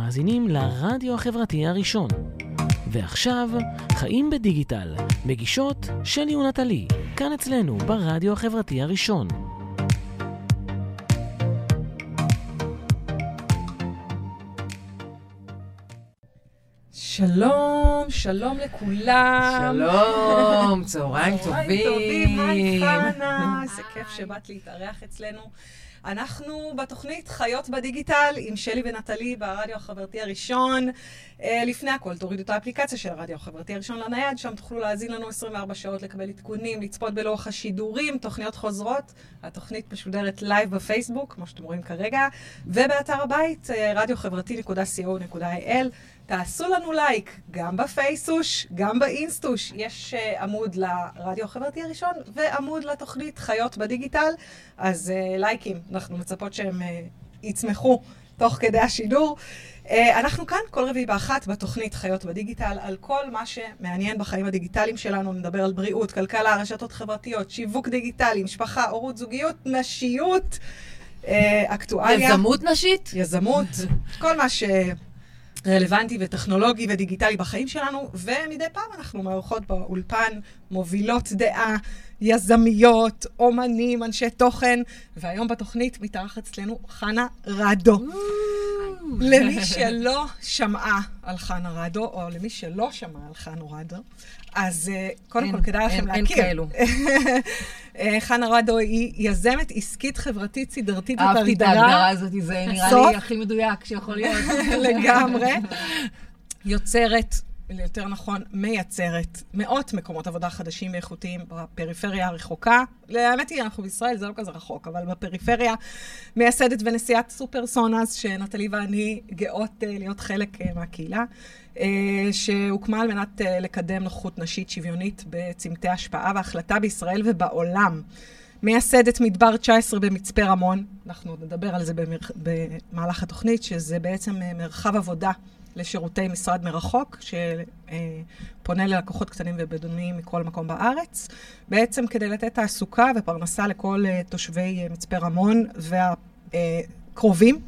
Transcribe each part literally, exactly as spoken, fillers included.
מאזינים לרדיו החברתי הראשון. ועכשיו, חיים בדיגיטל, מגישות שלי ונטלי, כאן אצלנו ברדיו החברתי הראשון. שלום, שלום לכולם. שלום, צהריים טובים. צהריים טובים, היי חנה, איזה כיף שבאת להתארח אצלנו. אנחנו בתוכנית חיות בדיגיטל עם שלי ונטלי ברדיו החברתי הראשון. לפני הכל תורידו את האפליקציה של הרדיו החברתי הראשון לנייד, שם תוכלו להזין לנו עשרים וארבע שעות, לקבל עדכונים, לצפות בלוח השידורים, תוכניות חוזרות. התוכנית משודרת לייב בפייסבוק, כמו שאתם רואים כרגע, ובאתר הבית, רדיו חברתי נקודה סי או נקודה איי אל. תעשו לנו לייק, גם בפייסוש, גם באינסטוש. יש uh, עמוד לרדיו החברתי הראשון, ועמוד לתוכנית חיות בדיגיטל. אז uh, לייקים, אנחנו מצפות שהם uh, יצמחו תוך כדי השידור. Uh, אנחנו כאן כל רביעי באחת בתוכנית חיות בדיגיטל, על כל מה שמעניין בחיים הדיגיטליים שלנו. נדבר על בריאות, כלכלה, רשתות חברתיות, שיווק דיגיטלי, משפחה, הורות, זוגיות, נשיות, uh, אקטואליה. יזמות נשית? יזמות, כל מה ש... רלוונטי וטכנולוגי ודיגיטלי בחיים שלנו, ומדי פעם אנחנו מארחות באולפן מובילות דעה, יזמיות, אומנים, אנשי תוכן, והיום בתוכנית מתארחת אצלנו חנה רדו. למי שלא שמעה על חנה רדו, או למי שלא שמעה על חנה רדו, אז קודם כל כדאי לכם להכיר. אין כאלו. חנה רדו היא יזמת עסקית חברתית סדרתית ותרדרה. אהבתי את ההגדרה הזאת, זה נראה לי הכי מדויק שיכול להיות. לגמרי. יוצרת, יותר נכון, מייצרת מאות מקומות עבודה חדשים ואיכותיים בפריפריה הרחוקה. האמת היא, אנחנו בישראל, זה לא כזה רחוק, אבל בפריפריה מייסדת ונשיאת סופרסונס, שנטלי ואני גאות להיות חלק מהקהילה, שהוקמה על מנת לקדם נוחות נשית שוויונית בצמתי השפעה והחלטה בישראל ובעולם. מייסדת מדבר תשע עשרה במצפה רמון, אנחנו נדבר על זה במהלך התוכנית, שזה בעצם מרחב עבודה לשירותי משרד מרחוק, שפונה ללקוחות קטנים ובינוניים מכל מקום בארץ, בעצם כדי לתת תעסוקה ופרנסה לכל תושבי מצפה רמון והקרובים.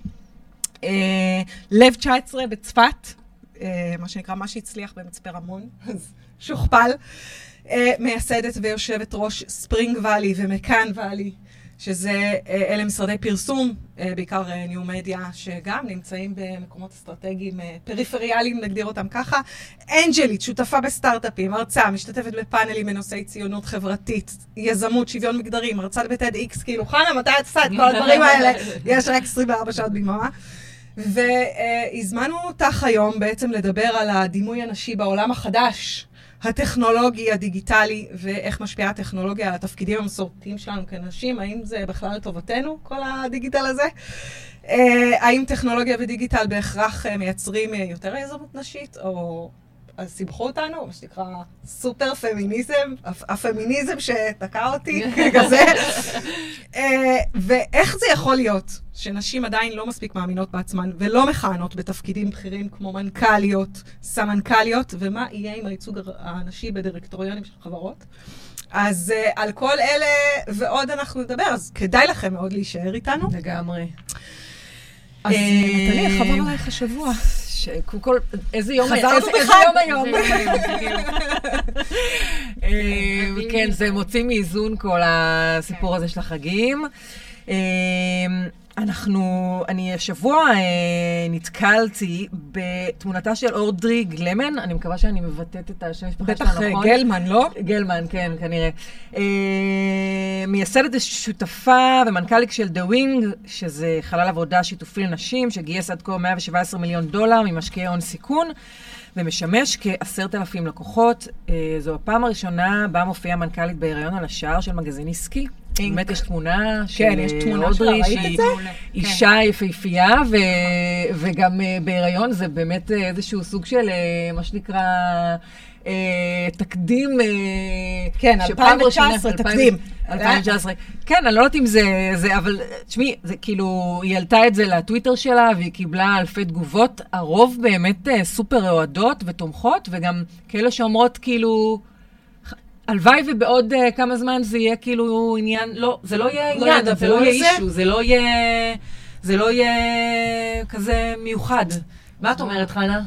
לב תשע עשרה בצפת, מה שנקרא, מה שהצליח במצפה רמון, אז שוכפל, מייסדת ויושבת ראש ספרינג ואלי ומקאן ואלי, שזה אלה משרדי פרסום, בעיקר ניו מדיה, שגם נמצאים במקומות אסטרטגיים פריפריאליים, נגדיר אותם ככה. אנג'לית, שותפה בסטארט-אפים, הרצאה, משתתפת בפאנלים בנושאי ציונות חברתית, יזמות, שוויון מגדרי, מרצת ב-טד איקס, כאילו, חנה, מתי את עשתה את כל הדברים האלה? יש רק עשרים וארבע שעות ביממה. והזמנו אותך היום בעצם לדבר על הדימוי הנשי בעולם החדש, הטכנולוגי, הדיגיטלי, ואיך משפיעה הטכנולוגיה על התפקידים המסורתיים שלנו כנשים. האם זה בכלל לטובתנו, כל הדיגיטל הזה? האם טכנולוגיה ודיגיטל בהכרח מייצרים יותר יזמות נשית, או סיבכו אותנו, מה שנקרא סופר פמיניזם, הפמיניזם שתקע אותי כזה. ואיך זה יכול להיות שנשים עדיין לא מספיק מאמינות בעצמן ולא מכהנות בתפקידים בכירים כמו מנכ"ליות, סמנכ"ליות, ומה יהיה עם הייצוג הנשי בדירקטוריונים של חברות? אז על כל אלה ועוד אנחנו נדבר, אז כדאי לכם מאוד להישאר איתנו. לגמרי. אז נטלי, איך עבר עלייך השבוע? קודם כל, איזה יום היום? איזה יום היום? כן, זה מוציא מאיזון כל הסיפור הזה של החגים. אנחנו, אני השבוע נתקלתי בתמונתה של אורדרי גלמן, אני מקווה שאני מבטאת את השם משפחה שלה נכון. בטח גלמן, לא? גלמן, כן, כנראה. מייסדת שותפה ומנכ"לית של The Wing, שזה חלל עבודה שיתופי לנשים, שגייס עד כה מאה שבע עשרה מיליון דולר ממשקיעי הון סיכון, ומשמש כעשרת אלפים לקוחות. זו הפעם הראשונה בה מופיעה מנכ"לית בהיריון על השער של מגזין עסקי. באמת יש תמונה של אודרי, שהיא אישה יפהפייה, וגם בהיריון זה באמת איזשהו סוג של, מה שנקרא, תקדים. כן, אלפיים תשע עשרה, תקדים. אלפיים תשע עשרה. כן, אני לא יודעת אם זה, אבל תשמעי, זה כאילו, היא העלתה את זה לטוויטר שלה, והיא קיבלה אלפי תגובות, הרוב באמת סופר אוהדות ותומכות, וגם כאלה שאומרות כאילו, הלוואי ובעוד uh, כמה זמן זה יהיה כאילו עניין, לא, זה לא יהיה עניין, זה לא יהיה אישו, זה לא יהיה, זה לא יהיה כזה מיוחד. מה את אומרת, חנה?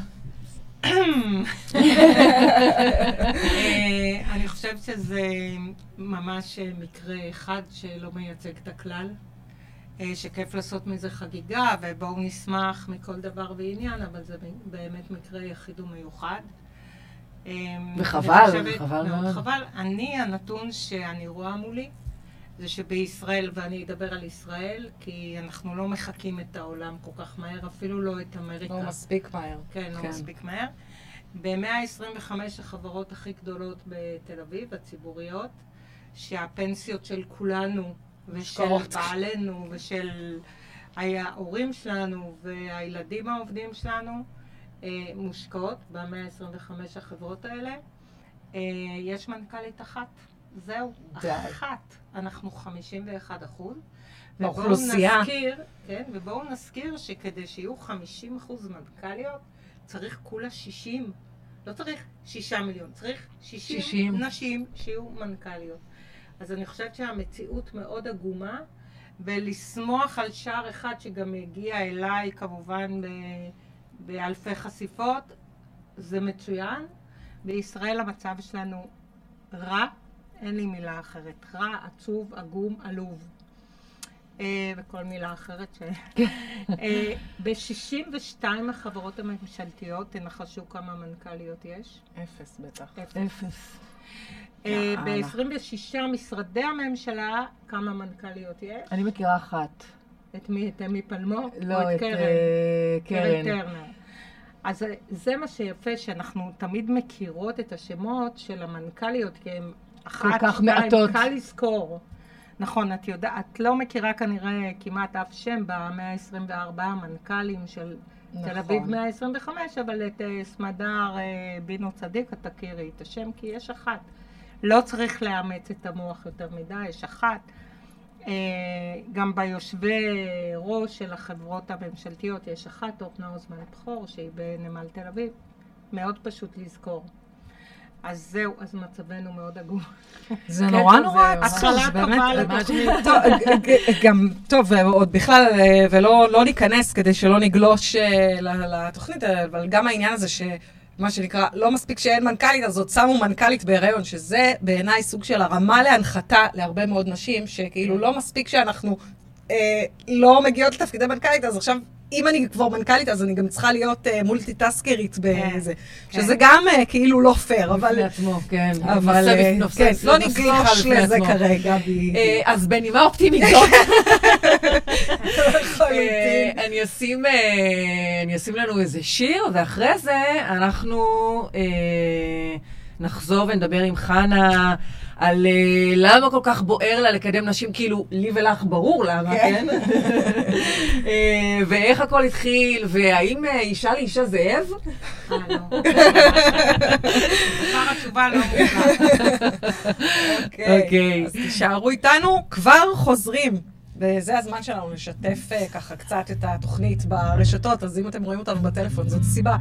אני חושבת שזה ממש מקרה אחד שלא מייצג את הכלל, שכיף לעשות מזה חגיגה, ובואו נשמח מכל דבר ועניין, אבל זה באמת מקרה יחיד ומיוחד. וחבל, חבל מאוד. חבל. אני, הנתון שאני רואה מולי, זה שבישראל, ואני אדבר על ישראל, כי אנחנו לא מחכים את העולם כל כך מהר, אפילו לא את אמריקה. לא מספיק מהר. כן, לא מספיק מהר. ב-מאה עשרים וחמש החברות הכי גדולות בתל אביב, הציבוריות, שהפנסיות של כולנו, ושל בעלינו, ושל ההורים שלנו, והילדים העובדים שלנו, מושקעות ב-מאה עשרים וחמש החברות האלה. יש מנכ"לית אחת. זהו, אחת. אנחנו חמישים ואחד אחוז. באוכלוסייה. כן, ובואו נזכיר שכדי שיהיו חמישים אחוז מנכ"ליות, צריך כולה שישים. לא צריך שישה מיליון, צריך שישים, שישים. נשים שיהיו מנכ"ליות. אז אני חושבת שהמציאות מאוד עגומה, ולסמוך על שער אחד שגם הגיע אליי כמובן ב... באלפי חשיפות, זה מצוין. בישראל המצב שלנו רע, אין לי מילה אחרת. רע, עצוב, עגום, עלוב. אה, וכל מילה אחרת ש... אה, ב-שישים ושתיים החברות הממשלתיות, תנחשו כמה מנכ"ליות יש? אפס בטח. אפס. אפס. אה, ב-עשרים ושישה משרדי הממשלה, כמה מנכ"ליות יש? אני מכירה אחת. את מי? את אמי פלמור? לא, את קרן. קרן טרנר. אז זה מה שיפה, שאנחנו תמיד מכירות את השמות של המנכ"ליות, כי הן אחת, שתיים, קל לזכור. נכון, את יודעת, את לא מכירה כנראה כמעט אף שם ב-מאה עשרים וארבע המנכ"לים של נכון. תל אביב מאה עשרים וחמש, אבל את uh, סמדר uh, בינו צדיק, את תכירי את השם, כי יש אחת. לא צריך לאמץ את המוח יותר מדי, יש אחת. Uh, גם ביושבי ראש של החברות הממשלתיות יש אחת, אורנה הוזמן בכור, שהיא בנמל תל אביב. מאוד פשוט לזכור. אז זהו, אז מצבנו מאוד עגום. זה נורא נורא עצוב, באמת. גם, טוב, עוד בכלל, ולא ניכנס כדי שלא נגלוש לתוכנית, אבל גם העניין הזה שמה שנקרא, לא מספיק שאין מנכ"לית, אז עוד שמו מנכ"לית בהיריון, שזה בעיניי סוג של הרמה להנחתה להרבה מאוד נשים, שכאילו לא מספיק שאנחנו לא מגיעות לתפקידי מנכ"לית, אז עכשיו... אם אני כבר מנכ"לית, אז אני גם צריכה להיות מולטי-טסקרית בזה. שזה גם כאילו לא פייר, אבל... בפני עצמו, כן. אבל לא נגלוש לזה כרגע. אז בנימה אופטימית זאת. אני אשים לנו איזה שיר, ואחרי זה אנחנו נחזור ונדבר עם חנה על למה כל כך בוער לה לקדם נשים, כאילו, לי ולך ברור למה, כן? ואיך הכל התחיל, והאם אישה לאישה זאב? אה, לא. כבר התשובה לא מוכנה. אוקיי, אז תישארו איתנו, כבר חוזרים. וזה הזמן שלנו לשתף ככה קצת את התוכנית ברשתות, אז אם אתם רואים אותנו בטלפון, זאת הסיבה.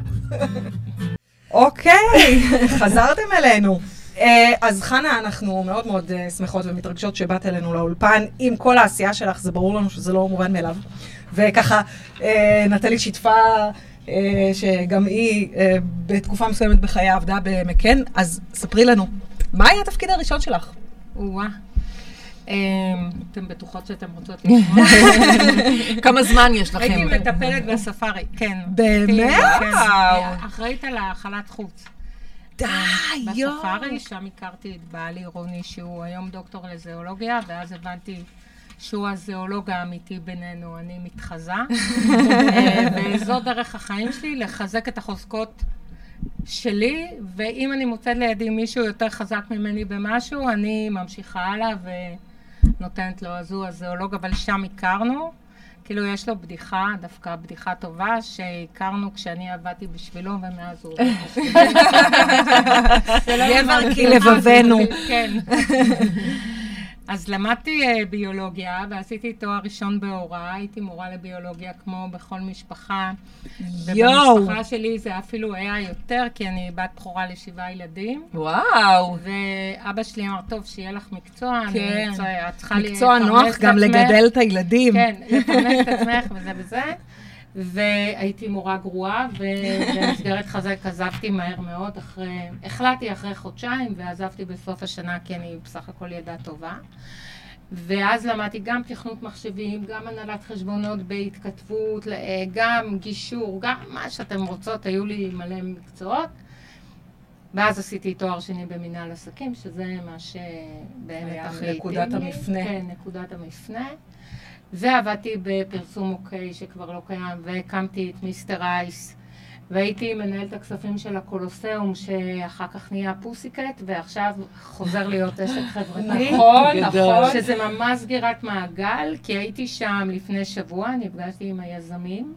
אוקיי, חזרתם אלינו. אז חנה, אנחנו מאוד מאוד שמחות ומתרגשות שבאת אלינו לאולפן. עם כל העשייה שלך, זה ברור לנו שזה לא מובן מאליו. וככה, נטלי שיתפה שגם היא בתקופה מסוימת בחיי עבדה במקן, אז ספרי לנו, מה היה התפקיד הראשון שלך? וואה. אתם בטוחות שאתם רוצות לשמוע? כמה זמן יש לכם? הייתי מטפלת בספארי, כן. באמת? אחראית על החלת חוץ. די, יואו. בספארי, שם הכרתי את בעלי רוני, שהוא היום דוקטור לזואולוגיה, ואז הבנתי שהוא הזואולוג האמיתי בינינו, אני מתחזה. וזו דרך החיים שלי, לחזק את החוזקות שלי, ואם אני מוצאת לידי מישהו יותר חזק ממני במשהו, אני ממשיכה הלאה ונותנת לו, אז הוא הזואולוג, אבל שם הכרנו. כאילו יש לו בדיחה, דווקא בדיחה טובה, שהכרנו כשאני עבדתי בשבילו, ומאז הוא... גבר כי לבבנו. כן. אז למדתי ביולוגיה, ועשיתי תואר ראשון בהוראה, הייתי מורה לביולוגיה כמו בכל משפחה. יואו! ובמשפחה שלי זה אפילו היה יותר, כי אני בת בכורה לשבעה ילדים. וואו! ואבא שלי אמר, טוב, שיהיה לך מקצוע. כן. מקצוע נוח גם לגדל את הילדים. כן, לפרנס את עצמך וזה וזה. והייתי מורה גרועה, ובמסגרת חזק עזבתי מהר מאוד אחרי, החלטתי אחרי חודשיים, ועזבתי בסוף השנה, כי אני בסך הכל ילדה טובה. ואז למדתי גם תכנות מחשבים, גם הנהלת חשבונות בהתכתבות, גם גישור, גם מה שאתם רוצות, היו לי מלא מקצועות. ואז עשיתי תואר שני במנהל עסקים, שזה מה שבאמת הכי התאים לי. נקודת המפנה. כן, נקודת המפנה. ועבדתי בפרסום אוקיי, שכבר לא קיים, והקמתי את מיסטר אייס, והייתי מנהלת הכספים של הקולוסיאום, שאחר כך נהיה פוסיקט, ועכשיו חוזר להיות עסק חברתי. נכון, נכון. שזה ממש סגירת מעגל, כי הייתי שם לפני שבוע, נפגשתי עם היזמים,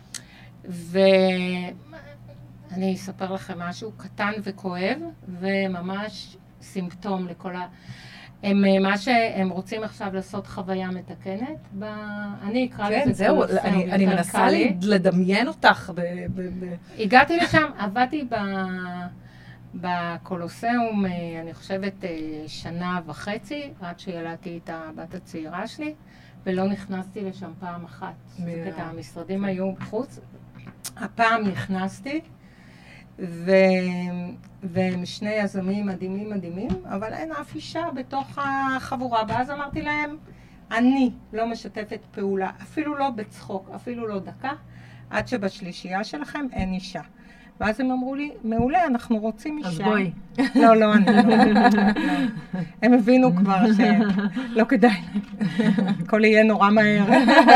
ואני אספר לכם משהו קטן וכואב, וממש סימפטום לכל ה... הם, מה שהם רוצים עכשיו לעשות חוויה מתקנת, ב... אני אקרא כן, לזה זהו, אני, אני מנסה לי, לדמיין אותך. ב, ב, ב... הגעתי לשם, עבדתי ב... בקולוסיאום, אני חושבת שנה וחצי, עד שילדתי את הבת הצעירה שלי, ולא נכנסתי לשם פעם אחת. זה קטע, המשרדים היו בחוץ. הפעם נכנסתי, ו... והם שני יזמים מדהימים מדהימים, אבל אין אף אישה בתוך החבורה. ואז אמרתי להם, אני לא משתפת פעולה, אפילו לא בצחוק, אפילו לא דקה, עד שבשלישייה שלכם אין אישה. ואז הם אמרו לי, מעולה, אנחנו רוצים אישה. אז בואי. לא, לא, אני לא. הם הבינו כבר שלא כדאי. הכל יהיה נורא מהר.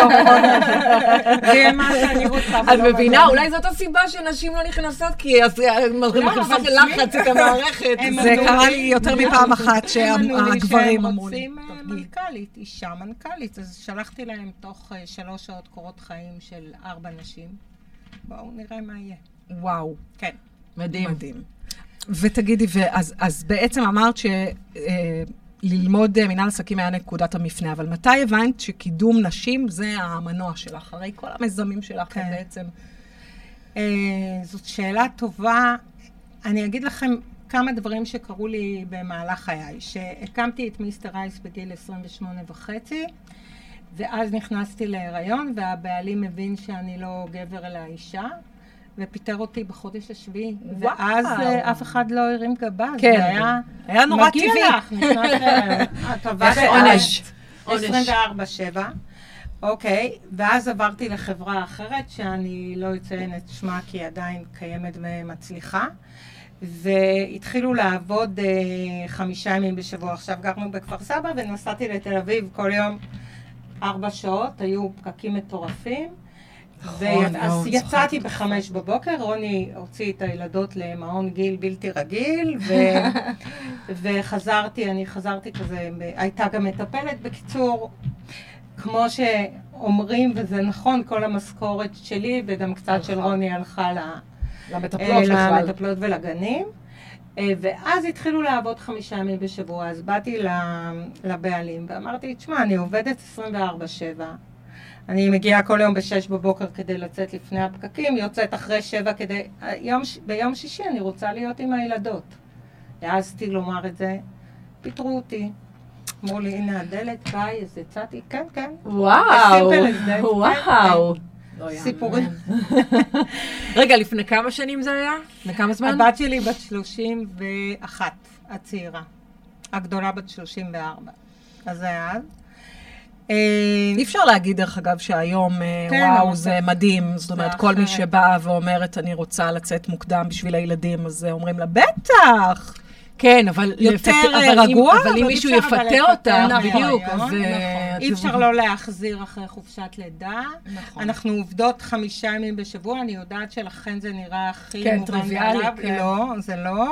זה יהיה מה שאני רוצה. את מבינה, אולי זאת הסיבה שנשים לא נכנסות, כי מחליפות לחץ את המערכת. זה קרה לי יותר מפעם אחת שהגברים אמרו לי. הם רוצים מנכ"לית, אישה מנכ"לית. אז שלחתי להם תוך שלוש שעות קורות חיים של ארבע נשים. בואו נראה מה יהיה. וואו. כן. מדהים. מדהים. ותגידי, ואז, אז בעצם אמרת שללמוד מנהל עסקים היה נקודת המפנה, אבל מתי הבנת שקידום נשים זה המנוע שלך? הרי כל המיזמים שלך כן. בעצם. אה, זאת שאלה טובה. אני אגיד לכם כמה דברים שקרו לי במהלך חיי. שהקמתי את מיסטר אייס בגיל עשרים ושמונה וחצי, ואז נכנסתי להיריון, והבעלים מבין שאני לא גבר אלא אישה. ופיטר אותי בחודש השביעי, ואז אף אחד לא הרים גבה. כן, זה היה, היה נורא טבעי. מגיע לך, נכנס הטבה עונש. עשרים וארבע שבע. אוקיי, ואז עברתי לחברה אחרת, שאני לא אציין את שמה, כי היא עדיין קיימת ומצליחה, והתחילו לעבוד אה, חמישה ימים בשבוע. עכשיו גרנו בכפר סבא, ונסעתי לתל אביב כל יום ארבע שעות, היו פקקים מטורפים, ואז יצאתי בחמש בבוקר, רוני הוציא את הילדות למעון גיל בלתי רגיל, וחזרתי, אני חזרתי כזה, הייתה גם מטפלת. בקיצור, כמו שאומרים, וזה נכון, כל המשכורת שלי, וגם קצת של רוני הלכה למטפלות ולגנים, ואז התחילו לעבוד חמישה ימים בשבוע. אז באתי לבעלים ואמרתי, תשמע, אני עובדת עשרים וארבע שבע, אני מגיעה כל יום בשש בבוקר כדי לצאת לפני הפקקים, יוצאת אחרי שבע כדי... יום, ביום שישי אני רוצה להיות עם הילדות. העזתי לומר את זה, פיטרו אותי. אמרו לי, הנה הדלת, ביי, אז יצאתי, כן, כן. וואו, וואו. סיפורים. רגע, לפני כמה שנים זה היה? לפני כמה זמן? הבת שלי בת שלושים ואחת, הצעירה. הגדולה בת שלושים וארבע. אז זה היה אז. אי אפשר להגיד, דרך אגב, שהיום, וואו, זה מדהים. זאת אומרת, כל מי שבאה ואומרת, אני רוצה לצאת מוקדם בשביל הילדים, אז אומרים לה, בטח! כן, אבל יותר רגוע, אבל אם מישהו יפטר אותך, בדיוק. אי אפשר לא להחזיר אחרי חופשת לידה. אנחנו עובדות חמישה ימים בשבוע, אני יודעת שלכן זה נראה הכי מובן עליו. לא, זה לא.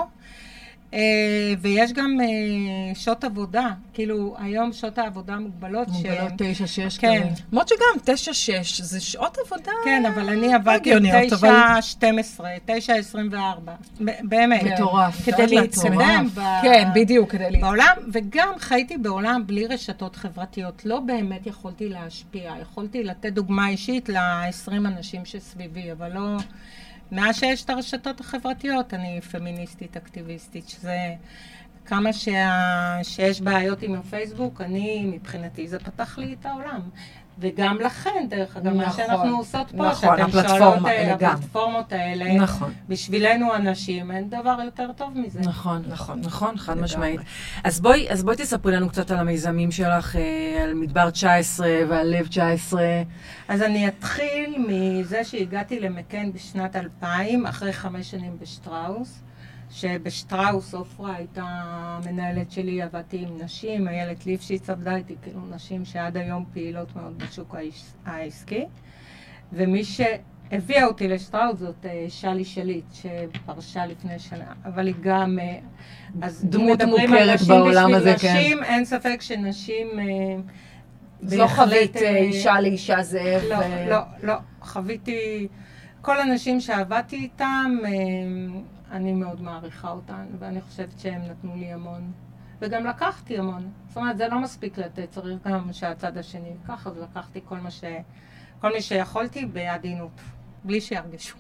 ויש גם שעות עבודה, כאילו היום שעות העבודה מוגבלות. מוגבלות תשע שש. כן. למרות שגם תשע שש זה שעות עבודה. כן, אבל אני עבדתי תשע שתים עשרה, תשע עשרים וארבע. באמת. מטורף. כדי להתקדם כן, בדיוק, כדי להתקדם. בעולם, וגם חייתי בעולם בלי רשתות חברתיות. לא באמת יכולתי להשפיע. יכולתי לתת דוגמה אישית ל-עשרים אנשים שסביבי, אבל לא... מאז שיש את הרשתות החברתיות, אני פמיניסטית, אקטיביסטית, שזה כמה שה... שיש בעיות עם הפייסבוק, אני, מבחינתי, זה פתח לי את העולם. וגם לכן, דרך אגב, מה נכון, שאנחנו עושות פה, נכון, שאתם שואלות הפלטפורמה, על גם. הפלטפורמות האלה, נכון. בשבילנו אנשים, אין דבר יותר טוב מזה. נכון, נכון, נכון, חד משמעית. אז בואי, אז בואי תספרי לנו קצת על המיזמים שלך, אה, על מדבר תשע עשרה ועל לב תשע עשרה. אז אני אתחיל מזה שהגעתי למקן בשנת אלפיים, אחרי חמש שנים בשטראוס, שבשטראוס אופרה הייתה המנהלת שלי, עבדתי עם נשים, איילת ליפשיץ עבדה איתי, כאילו נשים שעד היום פעילות מאוד בשוק העסקי. ומי שהביאה אותי לשטראוס זאת שלי שליט, שפרשה לפני שנה, אבל היא גם... אז דמות מוכרת בעולם הזה, כן. נשים, אין ספק שנשים... לא חווית אישה לאישה זאב. לא, לא, לא. חוויתי... כל הנשים שעבדתי איתם, אני מאוד מעריכה אותן, ואני חושבת שהם נתנו לי המון. וגם לקחתי המון. זאת אומרת, זה לא מספיק לתת, צריך גם שהצד השני ייקח, אז לקחתי כל מה ש... כל מי שיכולתי בעדינות, בלי שירגשו.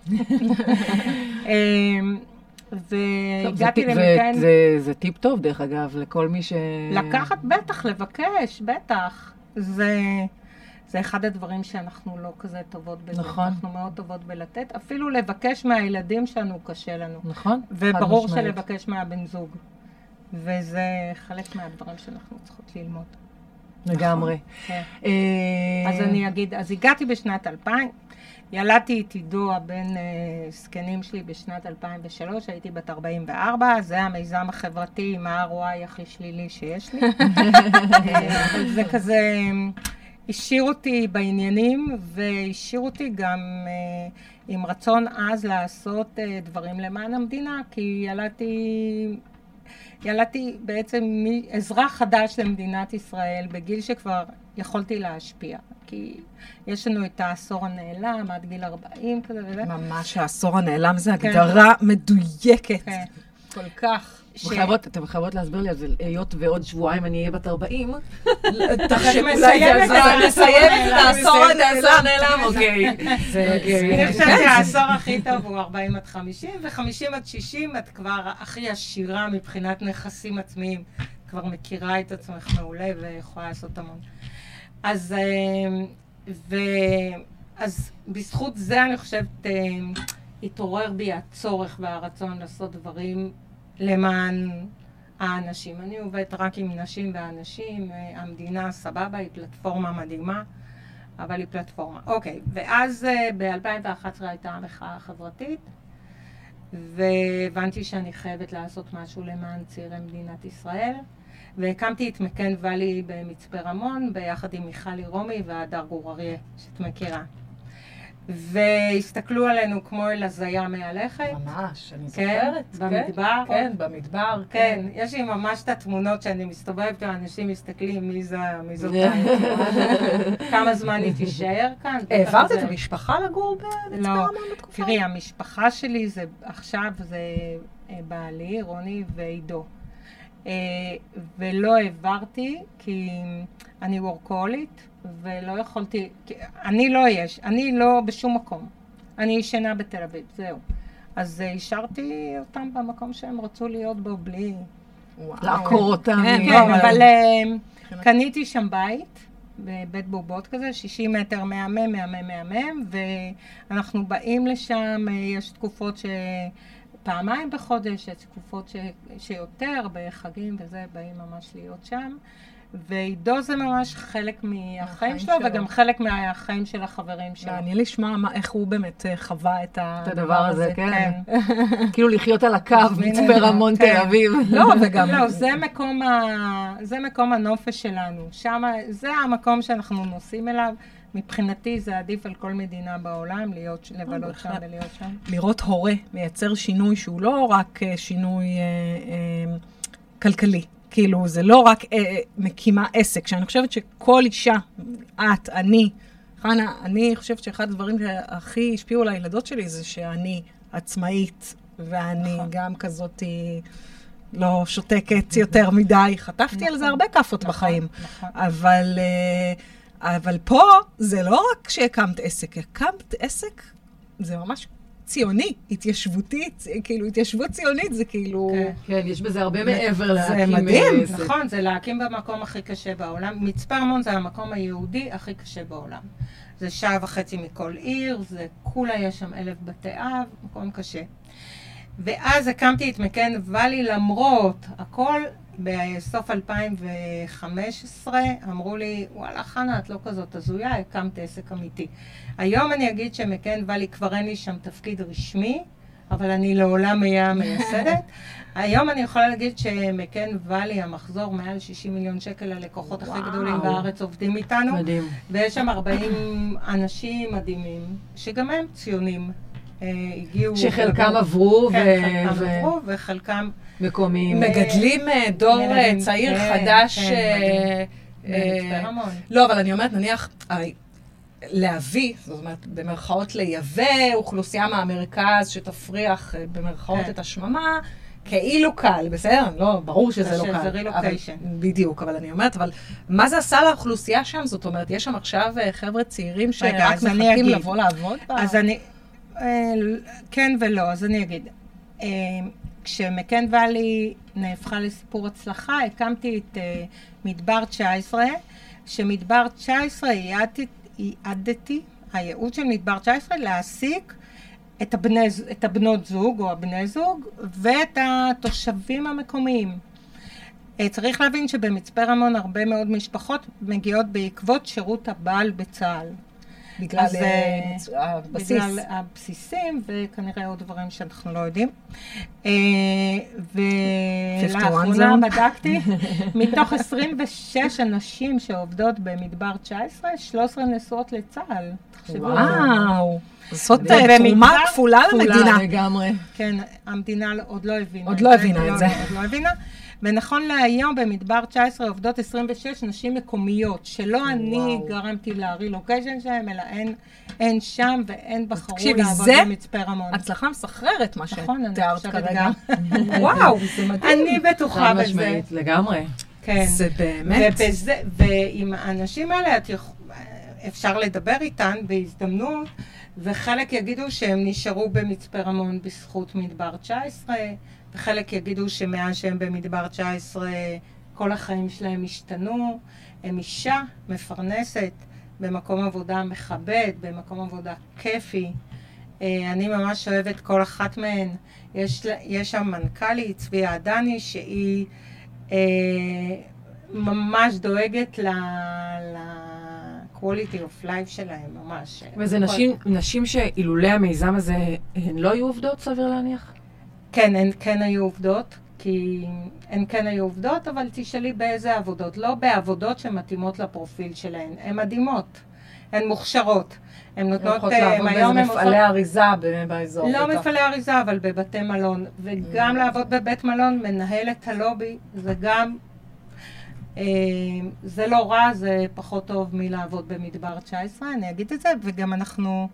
והגעתי למכן... זה טיפ טוב, דרך אגב, לכל מי ש... לקחת בטח, לבקש, בטח. זה... זה אחד הדברים שאנחנו לא כזה טובות בזה. נכון. אנחנו מאוד טובות בלתת. אפילו לבקש מהילדים שלנו קשה לנו. נכון. וברור שלבקש מהבן זוג. וזה חלק מהדברים שאנחנו צריכות ללמוד. לגמרי. כן. אז אני אגיד, אז הגעתי בשנת אלפיים, ילדתי את עידו הבן זקנים שלי בשנת אלפיים ושלוש, הייתי בת ארבעים וארבע, זה המיזם החברתי עם ה-אר או איי הכי שלילי שיש לי. זה כזה... השאיר אותי בעניינים, והשאיר אותי גם אה, עם רצון אז לעשות אה, דברים למען המדינה, כי ילדתי, ילדתי בעצם אזרח חדש למדינת ישראל, בגיל שכבר יכולתי להשפיע. כי יש לנו את העשור הנעלם, עד גיל ארבעים כזה וזה. ממש, העשור הנעלם זה הגדרה כן. מדויקת. כן. כל כך. ש... אתם חייבות להסביר לי, אז היות ועוד שבועיים אני אהיה בת ארבעים. תחשב מסיימת את העשור הנעלם, אוקיי. אני חושבת שהעשור הכי טוב הוא ארבעים עד חמישים, ו-חמישים עד שישים את כבר הכי עשירה מבחינת נכסים עצמיים. כבר מכירה את עצמך מעולה ויכולה לעשות המון. אז, אז בזכות זה אני חושבת, התעורר בי הצורך והרצון לעשות דברים למען האנשים. אני עובדת רק עם נשים ואנשים, המדינה סבבה, היא פלטפורמה מדהימה, אבל היא פלטפורמה. אוקיי, ואז ב-אלפיים ואחת עשרה הייתה המחאה החברתית, והבנתי שאני חייבת לעשות משהו למען צעירי מדינת ישראל, והקמתי את מקן ואלי במצפה רמון, ביחד עם מיכלי רומי והדר גור אריה, שאת מכירה. והסתכלו עלינו כמו אל הזיה מהלכת. ממש, אני כן, זוכרת. במדבר. כן, במדבר. כן, כן, יש לי ממש את התמונות שאני מסתובבת, ואנשים מסתכלים מי זה, מי זאת כמה זמן היא תישאר כאן. העברת את המשפחה לגור במצפה רמון בתקופה? תראי, המשפחה שלי זה עכשיו זה בעלי, רוני ועידו. ולא העברתי כי אני וורקולית, ולא יכולתי, אני לא יש, אני לא בשום מקום. אני ישנה בתל אביב, זהו. אז השארתי אותם במקום שהם רצו להיות בו בלי... לעקור אותם. כן, אבל קניתי שם בית, בבית בובות כזה, שישים מטר מהמם, מהמם, מהמם, ואנחנו באים לשם, יש תקופות ש... פעמיים בחודש, יש תקופות ש... שיותר, בחגים וזה, באים ממש להיות שם. ועידו זה ממש חלק מהחיים שלו, שלו, וגם חלק מהחיים של החברים שלו. מעניין לשמוע מה, איך הוא באמת חווה את הדבר הזה, כן. כאילו לחיות על הקו, מצפה רמון תל אביב. לא, וגם... לא, זה מקום, ה... זה מקום הנופש שלנו. שם, זה המקום שאנחנו נוסעים אליו. מבחינתי זה עדיף על כל מדינה בעולם, להיות, לבלות שם ולהיות שם. לראות הורה, מייצר שינוי שהוא לא רק שינוי אה, אה, כלכלי. כאילו, זה לא רק אה, מקימה עסק, שאני חושבת שכל אישה, את, אני, חנה, אני חושבת שאחד הדברים שהכי השפיעו על הילדות שלי זה שאני עצמאית, ואני נכון. גם כזאת לא שותקת יותר מדי. חטפתי נכון. על זה הרבה כפות נכון, בחיים. נכון. אבל, אה, אבל פה זה לא רק שהקמת עסק, הקמת עסק, זה ממש ציוני, התיישבותי, כאילו, התיישבות ציונית זה כאילו... כן, כן, יש בזה הרבה מעבר להקים... זה מדהים. נכון, זה להקים במקום הכי קשה בעולם. מצפה רמון זה המקום היהודי הכי קשה בעולם. זה שעה וחצי מכל עיר, זה כולה יש שם אלף בתי אב, מקום קשה. ואז הקמתי את מקן ואלי למרות הכל, בסוף אלפיים וחמש עשרה אמרו לי, וואלה חנה, את לא כזאת הזויה, הקמת עסק אמיתי. היום אני אגיד שמקן ואלי כבר אין לי שם תפקיד רשמי, אבל אני לעולם אהיה מייסדת. היום אני יכולה להגיד שמקן ואלי, המחזור מעל שישים מיליון שקל, הלקוחות הכי גדולים בארץ עובדים איתנו. מדהים. ויש שם ארבעים אנשים מדהימים, שגם הם ציונים. הגיעו... שחלקם עברו, כן, חלקם עברו, וחלקם... מקומיים. מגדלים דור צעיר חדש. במצפה רמון. לא, אבל אני אומרת, נניח, להביא, זאת אומרת, במרכאות לייבא אוכלוסייה מהמרכז שתפריח במרכאות את השממה, כאילו קל, בסדר? לא, ברור שזה לא קל. שזה רילוקיישן. בדיוק, אבל אני אומרת, אבל מה זה עשה לאוכלוסייה שם? זאת אומרת, יש שם עכשיו חבר'ה צעירים שרק מחכים לבוא לעבוד? אז אני, כן ולא, אז אני אגיד. כשמקן ואלי נהפכה לסיפור הצלחה, הקמתי את מדבר תשע עשרה, שמדבר תשע עשרה ייעדתי, הייעוד של מדבר תשע עשרה, להעסיק את, הבני, את הבנות זוג או הבני זוג ואת התושבים המקומיים. צריך להבין שבמצפה רמון הרבה מאוד משפחות מגיעות בעקבות שירות הבעל בצה"ל. בגלל אז, הבסיס. בגלל הבסיסים, וכנראה עוד דברים שאנחנו לא יודעים. ולאחרונה בדקתי, מתוך עשרים ושש אנשים שעובדות במדבר תשע עשרה, שלוש עשרה נשואות לצה"ל. וואו. זאת תרומה כפולה למדינה. לגמרי. כן, המדינה עוד לא הבינה. עוד לא הבינה את זה. עוד לא הבינה. ונכון להיום במדבר תשע עשרה עובדות עשרים ושש נשים מקומיות, שלא אני גרמתי לרילוקיישן שלהם, אלא אין שם ואין בחרו לעבוד במצפה רמון. הצלחה מסחררת מה שתיארת כרגע. וואו, זה מדהים. אני בטוחה בזה. לגמרי. כן. זה באמת. ועם האנשים האלה אפשר לדבר איתן בהזדמנות, וחלק יגידו שהם נשארו במצפה רמון בזכות מדבר תשע עשרה, וחלק יגידו שמאז שהם במדבר תשע עשרה כל החיים שלהם השתנו. הם אישה מפרנסת במקום עבודה מכבד, במקום עבודה כיפי. אני ממש אוהבת כל אחת מהן. יש, יש שם מנכ"לית, צביה עדני, שהיא אה, ממש דואגת ל... ל quality of life שלהם, ממש. וזה נשים, נשים שאילולי המיזם הזה, הן לא היו עובדות, סביר להניח? כן, הן כן היו עובדות, כי הן כן היו עובדות, אבל תשאלי באיזה עבודות. לא בעבודות שמתאימות לפרופיל שלהן. הן מדהימות, הן מוכשרות. הן נותנות... הן יכולות לעבוד באיזה מפעלי אריזה באזור. לא מפעלי אריזה, אבל בבתי מלון. וגם לעבוד בבית מלון, מנהלת הלובי, זה גם... זה לא רע, זה פחות טוב מלעבוד במדבר תשע עשרה, אני אגיד את זה, וגם אנחנו...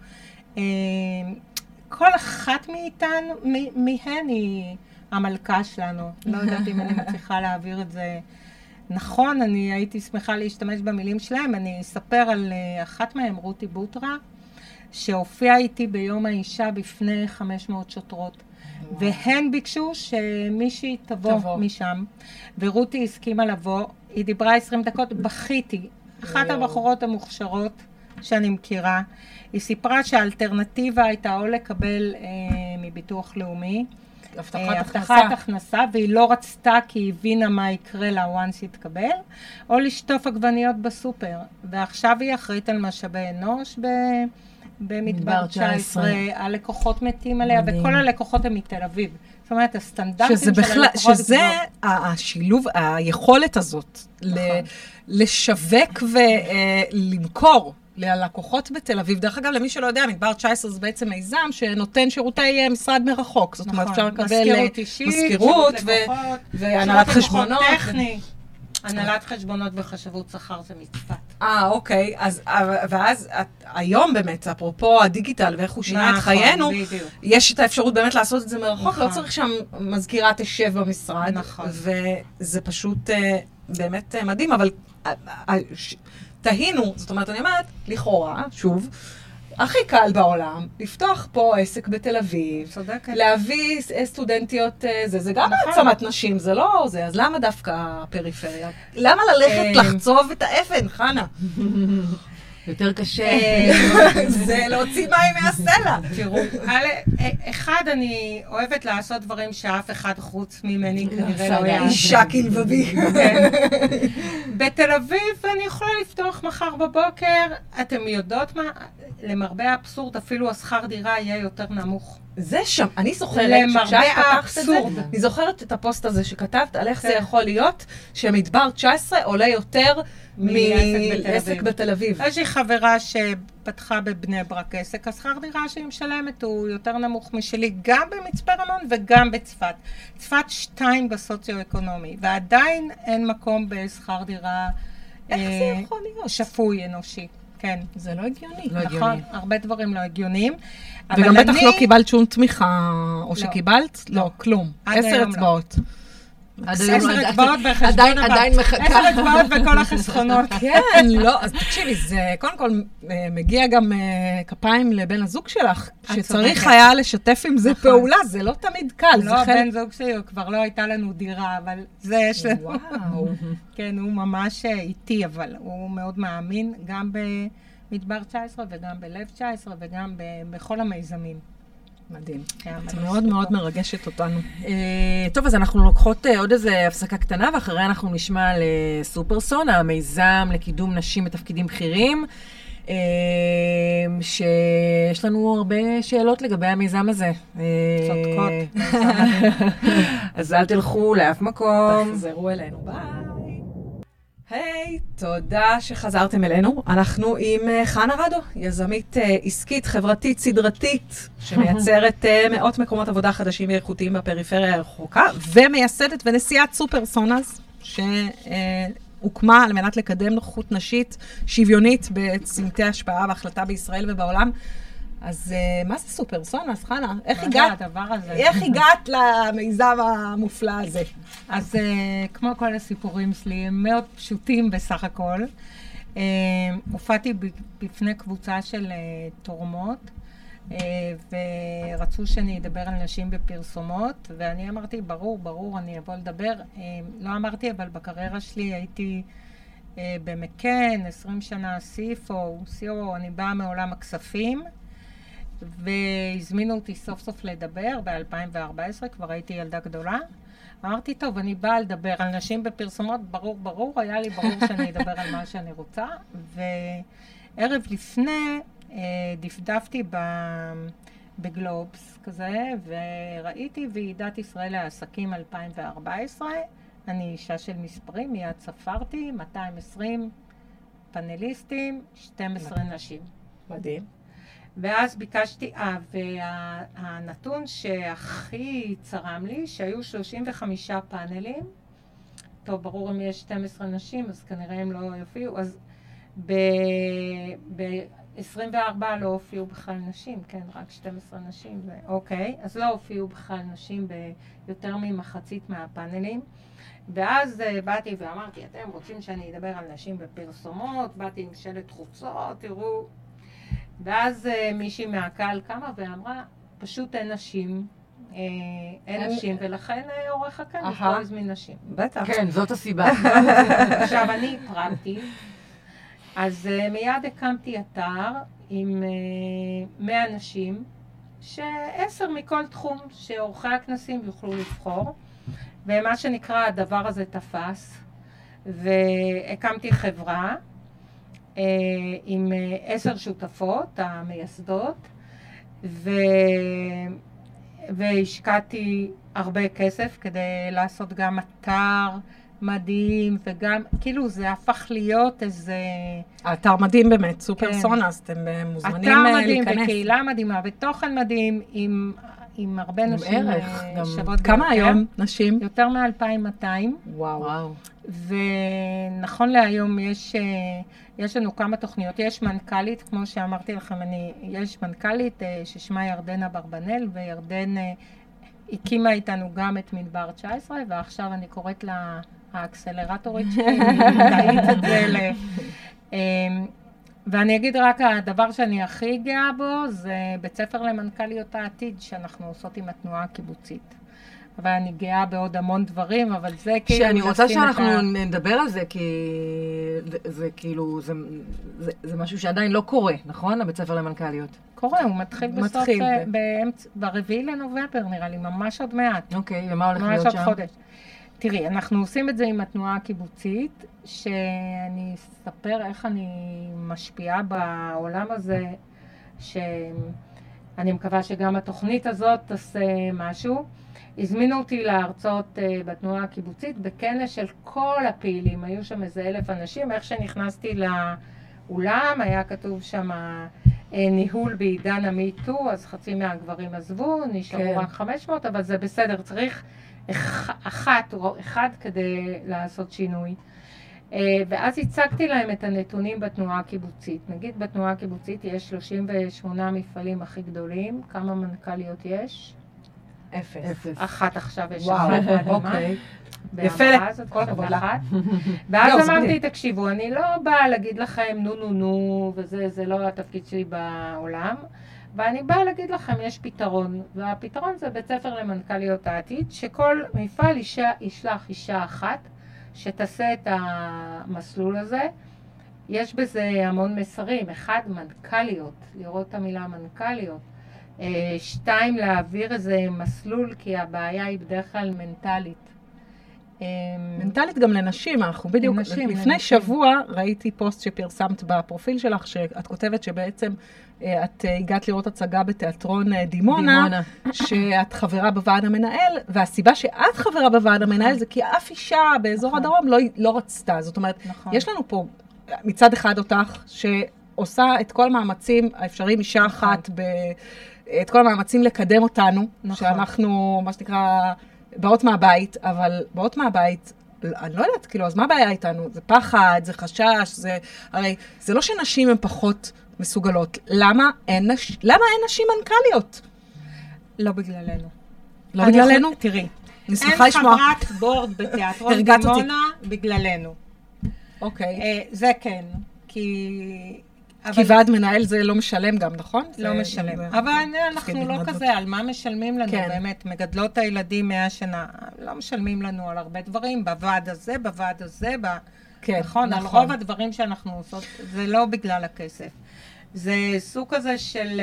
כל אחת מאיתנו, מהן היא המלכה שלנו. לא יודעת אם אני מצליחה להעביר את זה נכון, אני הייתי שמחה להשתמש במילים שלהם. אני אספר על אחת מהם, רותי בוטרה, שהופיעה איתי ביום האישה בפני חמש מאות שוטרות. והן ביקשו שמישהי תבוא, תבוא משם, ורותי הסכימה לבוא. היא דיברה עשרים דקות, בכיתי. אחת הבחורות המוכשרות שאני מכירה. היא סיפרה שהאלטרנטיבה הייתה או לקבל אה, מביטוח לאומי, הבטחת הכנסה. הכנסה, והיא לא רצתה כי היא הבינה מה יקרה לה once יתקבל, או לשטוף עגבניות בסופר. ועכשיו היא אחראית על משאבי אנוש ב... במדבר תשע עשרה, הלקוחות מתים עליה, וכל הלקוחות הם מתל אביב. זאת אומרת, הסטנדרטים של הלקוחות... שזה השילוב, היכולת הזאת, לשווק ולמכור ללקוחות בתל אביב. דרך אגב, למי שלא יודע, מדבר תשע עשרה זה בעצם מיזם שנותן שירותי משרד מרחוק. זאת אומרת, אפשר לקבל מזכירות והנהלת חשבונות. הנהלת חשבונות וחשבות שכר זה מצוות. אה, אוקיי. אז, ואז היום באמת, אפרופו הדיגיטל ואיך הוא שינה את חיינו, יש את האפשרות באמת לעשות את זה מרחוק, לא צריך שם מזכירה תשב במשרד. נכון. וזה פשוט באמת מדהים, אבל תהינו, זאת אומרת, אני אומרת, לכאורה, שוב, הכי קל בעולם, לפתוח פה עסק בתל אביב, צודקת. להביא סטודנטיות, זה, זה גם העצמת נשים, זה לא זה, אז למה דווקא הפריפריה? למה ללכת לחצוב את האפן, חנה? יותר קשה. זה להוציא מים מהסלע. תראו, אחד, אני אוהבת לעשות דברים שאף אחד חוץ ממני כנראה לא יעשה. אישה כלבבי. בתל אביב אני יכולה לפתוח מחר בבוקר, אתם יודעות מה? למרבה האבסורד, אפילו השכר דירה יהיה יותר נמוך. זה שם, אני זוכרת שכשאת פתחת את זה, אני זוכרת את הפוסט הזה שכתבת על איך זה יכול להיות, שמדבר תשע עשרה עולה יותר מעסק בתל אביב. יש לי חברה שפתחה בבני ברק עסק, השכר דירה שהיא משלמת הוא יותר נמוך משלי, גם במצפה רמון וגם בצפת. צפת שתיים בסוציו-אקונומי, ועדיין אין מקום בשכר דירה איך זה יכול להיות? שפוי, אנושי. כן. זה לא הגיוני. לא נכון, הגיוני. הרבה דברים לא הגיוניים. וגם בטח לא קיבלת שום תמיכה, או שקיבלת? לא, כלום. עשר אצבעות. עשר אצבעות בחשבון הבא. עדיין מחכה. עשר אצבעות בכל החסכונות. כן, לא, אז תקשיבי, זה קודם כל מגיע גם כפיים לבן הזוג שלך, שצריך היה לשתף עם זה פעולה, זה לא תמיד קל. לא, בן זוג שלי, כבר לא הייתה לנו דירה, אבל זה יש לנו. וואו. כן, הוא ממש איטי, אבל הוא מאוד מאמין, גם במדבר תשע עשרה וגם בלב תשע עשרה וגם בכל המיזמים. מדהים. את מאוד מאוד מרגשת אותנו. טוב, אז אנחנו לוקחות עוד איזו הפסקה קטנה, ואחריה אנחנו נשמע על סופרסון, המיזם לקידום נשים בתפקידים בכירים, שיש לנו הרבה שאלות לגבי המיזם הזה. צודקות. אז אל תלכו לאף מקום. תחזרו אלינו. ביי. היי, תודה שחזרתם אלינו. אנחנו עם חנה רדו, יזמית עסקית, חברתית, סדרתית, שמייצרת מאות מקומות עבודה חדשים ואיכותיים בפריפריה הרחוקה, ומייסדת ונשיאת סופרסונאז, שהוקמה על מנת לקדם נוכחות נשית שוויונית בצמתי השפעה והחלטה בישראל ובעולם. אז מה זה סופרסונאז, חנה? איך הגעת? איך הגעת למיזם המופלא הזה? אז כמו כל הסיפורים שלי, הם מאוד פשוטים בסך הכל. הופעתי בפני קבוצה של תורמות, ורצו שאני אדבר על נשים בפרסומות, ואני אמרתי, ברור, ברור, אני אבוא לדבר. לא אמרתי, אבל בקריירה שלי הייתי במקן, עשרים שנה סי אף או, סי או או, אני באה מעולם הכספים, והזמינו אותי סוף סוף לדבר ב-אלפיים וארבע עשרה, כבר הייתי ילדה גדולה. אמרתי, טוב, אני באה לדבר על נשים בפרסומות, ברור, ברור, היה לי ברור שאני אדבר על מה שאני רוצה. וערב לפני, אה, דפדפתי בגלובס כזה, וראיתי ועידת ישראל לעסקים אלפיים וארבע עשרה, אני אישה של מספרים, מיד ספרתי, מאתיים ועשרים פאנליסטים, שתים עשרה נשים. מדהים. ואז ביקשתי, אה, והנתון שהכי צרם לי, שהיו שלושים וחמישה פאנלים, טוב, ברור אם יש שתים עשרה נשים, אז כנראה הם לא יופיעו, אז ב-עשרים וארבע לא הופיעו בכלל נשים, כן, רק שתים עשרה נשים, אוקיי, אז לא הופיעו בכלל נשים ביותר ממחצית מהפאנלים, ואז באתי ואמרתי, אתם רוצים שאני אדבר על נשים בפרסומות, באתי עם שלט חוצות, תראו, ואז uh, מישהי מהקהל קמה ואמרה, פשוט אין נשים, אה, אין נשים, ולכן uh, עורך הכנס לא הזמין נשים. בטח. כן, זאת הסיבה. עכשיו, אני פרקתי, אז uh, מיד הקמתי אתר עם uh, מאה נשים, שעשר מכל תחום שעורכי הכנסים יוכלו לבחור, ומה שנקרא הדבר הזה תפס, והקמתי חברה, עם עשר שותפות, המייסדות, ו... והשקעתי הרבה כסף כדי לעשות גם אתר מדהים, וגם, כאילו זה הפך להיות איזה... האתר מדהים באמת, סופרסונאז, אתם מוזמנים להיכנס. אתר מדהים וקהילה מדהימה, ותוכן מדהים עם... עם הרבה נשים שוות. כמה היום נשים? יותר מ-אלפיים ומאתיים. וואו. ונכון להיום יש, יש לנו כמה תוכניות. יש מנכ"לית, כמו שאמרתי לכם, אני, יש מנכ"לית ששמה ירדנה ברבנל, וירדן הקימה איתנו גם את מדבר תשע עשרה, ועכשיו אני קוראת לה האקסלרטורית שלי, תאית את זה ל... ואני אגיד רק, הדבר שאני הכי גאה בו, זה בית ספר למנכ"ליות העתיד, שאנחנו עושות עם התנועה הקיבוצית. אבל אני גאה בעוד המון דברים, אבל זה כאילו... שאני רוצה שאנחנו ה... נדבר על זה, כי זה, זה כאילו, זה, זה, זה משהו שעדיין לא קורה, נכון? הבית ספר למנכ"ליות. קורה, הוא מתחיל בסוף, מתחיל, באמצע, ברביעי לנובמבר נראה לי, ממש עוד מעט. אוקיי, ומה הולך להיות שם? ממש עוד חודש. תראי, אנחנו עושים את זה עם התנועה הקיבוצית, שאני אספר איך אני משפיעה בעולם הזה, שאני מקווה שגם התוכנית הזאת תעשה משהו. הזמינו אותי להרצות בתנועה הקיבוצית, בכנס של כל הפעילים, היו שם איזה אלף אנשים, איך שנכנסתי לאולם, היה כתוב שם ניהול בעידן המיטו, אז חצי מהגברים עזבו, נשארו כן. רק חמש מאות, אבל זה בסדר, צריך אחת או אחד כדי לעשות שינוי. ואז הצגתי להם את הנתונים בתנועה הקיבוצית. נגיד בתנועה הקיבוצית יש שלושים ושמונה מפעלים הכי גדולים, כמה מנכ"ליות יש? אפס. אחת עכשיו יש. וואו, אוקיי. יפה, כל הכבוד לך. ואז אמרתי, תקשיבו, אני לא באה להגיד לכם נו נו נו, וזה זה לא התפקיד שלי בעולם, ואני באה להגיד לכם, יש פתרון, והפתרון זה בית ספר למנכ"ליות העתיד, שכל מפעל אישה, ישלח אישה אחת, שתעשה את המסלול הזה. יש בזה המון מסרים. אחד, מנכ"ליות, לראות את המילה מנכ"ליות. שתיים, להעביר איזה מסלול, כי הבעיה היא בדרך כלל מנטלית. מנטלית גם לנשים, אנחנו בדיוק, לנשים, לפני לנשים. שבוע ראיתי פוסט שפרסמת בפרופיל שלך, שאת כותבת שבעצם את הגעת לראות הצגה בתיאטרון דימונה, דימונה. שאת חברה בוועד המנהל, והסיבה שאת חברה בוועד המנהל זה כי אף אישה באזור נכון. הדרום לא, לא רצתה. זאת אומרת, נכון. יש לנו פה מצד אחד אותך, שעושה את כל המאמצים האפשריים, אישה נכון. אחת, ב, את כל המאמצים לקדם אותנו, נכון. שאנחנו, מה שנקרא, באות מהבית, אבל באות מהבית, אני לא יודעת, כאילו, אז מה הבעיה איתנו? זה פחד, זה חשש, זה, הרי, זה לא שנשים הן פחות מסוגלות. למה אין, נש... למה אין נשים מנכ"ליות? לא בגללנו. לא בגללנו? יכול... תראי, אני שמחה לשמוע. אין חברת בורד בתיאטרון דימונה בגללנו. אוקיי. אה, זה כן, כי... כי אבל... ועד מנהל זה לא משלם גם, נכון? לא זה... משלם. זה... אבל אנחנו לא כזה, על מה משלמים לנו כן. באמת? מגדלות הילדים מאה שנה, לא משלמים לנו על הרבה דברים, בוועד הזה, בוועד הזה, ב... כן, נכון, נכון. על רוב הדברים שאנחנו עושות, זה לא בגלל הכסף. זה סוג כזה של...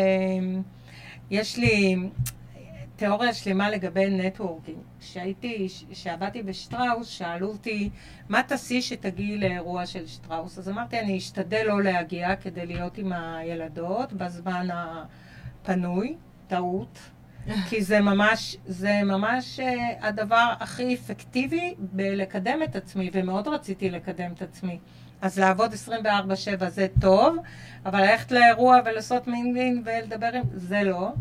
יש לי תיאוריה שלמה לגבי נטוורקינג. כשהייתי, כשעבדתי בשטראוס, שאלו אותי, מה תעשי שתגיעי לאירוע של שטראוס? אז אמרתי, אני אשתדל לא להגיע כדי להיות עם הילדות בזמן הפנוי, טעות, כי זה ממש, זה ממש הדבר הכי אפקטיבי בלקדם את עצמי, ומאוד רציתי לקדם את עצמי. אז לעבוד עשרים וארבע שבע זה טוב, אבל ללכת לאירוע ולעשות מינגלין ולדבר עם, זה לא.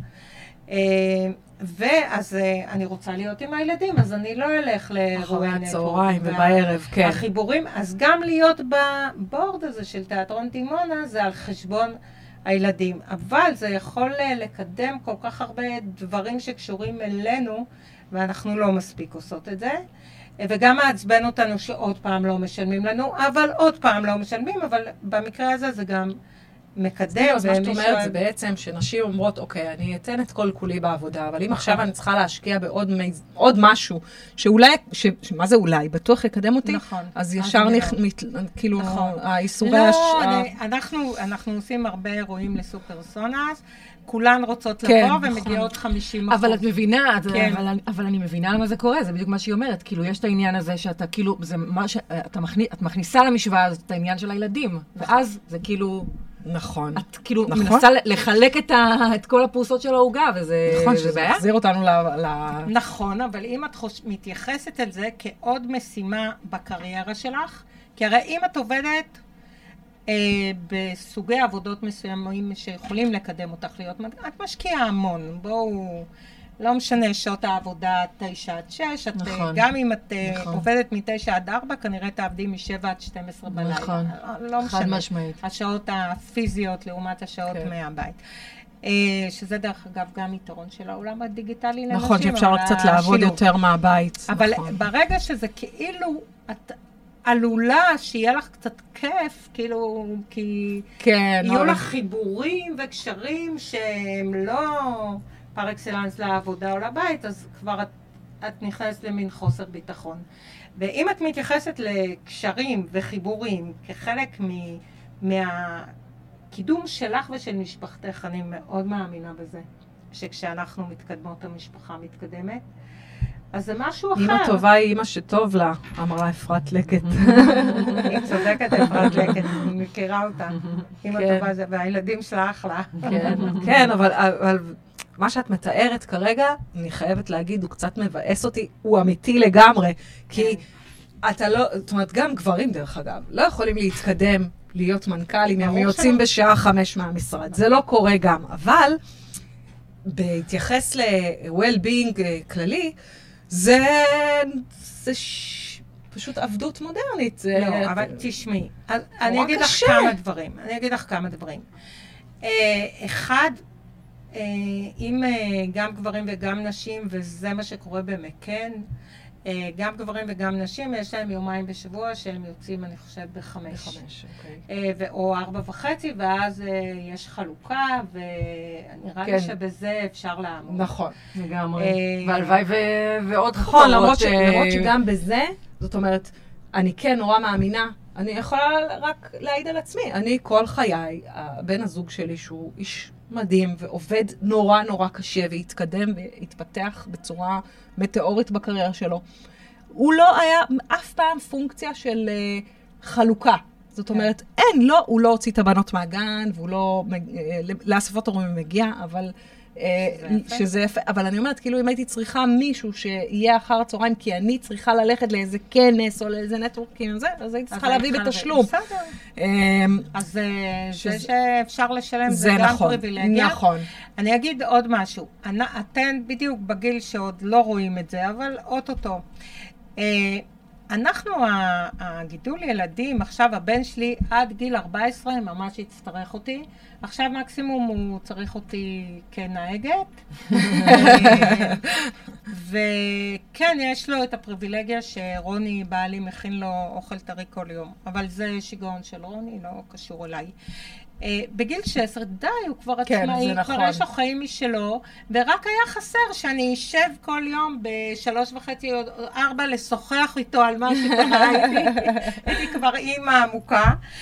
ואז אני רוצה להיות עם הילדים, אז אני לא אלך לאירועי נטוורקינג. הצהריים ובערב, כן. החיבורים, אז גם להיות בבורד הזה של תיאטרון דימונה, זה על חשבון הילדים. אבל זה יכול לקדם כל כך הרבה דברים שקשורים אלינו, ואנחנו לא מספיק עושות את זה. וגם מעצבן אותנו שעוד פעם לא משלמים לנו, אבל עוד פעם לא משלמים, אבל במקרה הזה זה גם מקדם. אז מה שאת אומרת זה בעצם שנשים אומרות, אוקיי, אני אתן את כל כולי בעבודה, אבל אם עכשיו אני צריכה להשקיע בעוד משהו, שאולי, מה זה אולי? בטוח יקדם אותי? נכון. אז ישר כאילו, האיסורי... לא, אנחנו עושים הרבה אירועים לסופרסונס, כולן רוצות לבוא ומגיעות חמישים אחוז. אבל את מבינה, אבל אני מבינה למה זה קורה, זה בדיוק מה שהיא אומרת. כאילו, יש את העניין הזה שאתה כאילו, זה מה שאת מכניסה למשוואה הזאת את העניין של הילדים, ואז זה כאילו... נכון. את כאילו מנסה לחלק את כל הפרוסות של ההוגה, וזה בעיה. נכון, שזה מחזיר אותנו ל... נכון, אבל אם את מתייחסת על זה כעוד משימה בקריירה שלך, כי הרי אם את עובדת בסוגי עבודות מסוימים שיכולים לקדם אותך להיות, את משקיעה המון, בואו, לא משנה שעות העבודה תשע עד שש, נכון, גם אם את נכון. עובדת מתשע עד ארבע, כנראה תעבדי משבע עד שתים עשרה בלילה. נכון, לא משנה. חד משמעית. השעות הפיזיות לעומת השעות כן. מהבית. שזה דרך אגב גם יתרון של העולם הדיגיטלי לנשים. נכון, שאפשר קצת לעבוד יותר מהבית. אבל נכון. ברגע שזה כאילו, את, עלולה שיהיה לך קצת כיף, כאילו, כי כן, יהיו אבל... לך חיבורים וקשרים שהם לא פר אקסלנס לעבודה או לבית, אז כבר את, את נכנסת למין חוסר ביטחון. ואם את מתייחסת לקשרים וחיבורים כחלק מ, מהקידום שלך ושל משפחתך, אני מאוד מאמינה בזה, שכשאנחנו מתקדמות, המשפחה מתקדמת. אז זה משהו אחר. אמא טובה היא אמא שטוב לה, אמרה אפרת לקט. היא צודקת אפרת לקט, אני מכירה אותה. אמא טובה זה, והילדים שלה אחלה. כן, אבל מה שאת מתארת כרגע, אני חייבת להגיד, הוא קצת מבאס אותי, הוא אמיתי לגמרי. כי אתה לא, זאת אומרת, גם גברים דרך אגב, לא יכולים להתקדם, להיות מנכ"לים, הם יוצאים בשעה חמש מהמשרד. זה לא קורה גם, אבל בהתייחס ל-well-being כללי, זה, זה ש... פשוט עבדות מודרנית. זה... לא, אבל תשמעי, אני אגיד לך כמה דברים. אני אגיד לך כמה דברים. אחד, אם גם גברים וגם נשים, וזה מה שקורה במקן, גם גברים וגם נשים, יש להם יומיים בשבוע שהם יוצאים, אני חושבת, בחמש. בחמש, אוקיי. או ארבע וחצי, ואז יש חלוקה, ונראה לי שבזה אפשר לעמוד. נכון. לגמרי. והלוואי ועוד חברות. נכון, למרות שגם בזה, זאת אומרת, אני כן נורא מאמינה, אני יכולה רק להעיד על עצמי. אני כל חיי, הבן הזוג שלי שהוא איש מדהים ועובד נורא נורא קשה והתקדם והתפתח בצורה מטאורית בקריירה שלו. הוא לא היה אף פעם פונקציה של uh, חלוקה. זאת אומרת, אין, לא, הוא לא הוציא את הבנות מהגן, והוא לא, לאספות הורים מגיע, אבל שזה יפה. אבל אני אומרת, כאילו, אם הייתי צריכה מישהו שיהיה אחר הצהריים, כי אני צריכה ללכת לאיזה כנס או לאיזה נטוורקים, אז הייתי צריכה להביא בתשלום. אז זה שאפשר לשלם, זה גם פריבילגיה. נכון. אני אגיד עוד משהו. אתן בדיוק בגיל שעוד לא רואים את זה, אבל אוטוטו. אנחנו, הגידול ילדים, עכשיו הבן שלי עד גיל ארבע עשרה ממש יצטרך אותי. עכשיו מקסימום הוא צריך אותי כנהגת. וכן, יש לו את הפריבילגיה שרוני בעלי מכין לו אוכל טרי כל יום. אבל זה שיגעון של רוני, לא קשור אליי. בגיל שש עשרה, די, הוא כבר עצמאי, כבר יש לו חיים משלו, ורק היה חסר שאני אשב כל יום בשלוש וחצי או ארבע לשוחח איתו על מה שקרה איתי. הייתי כבר אימא עמוקה.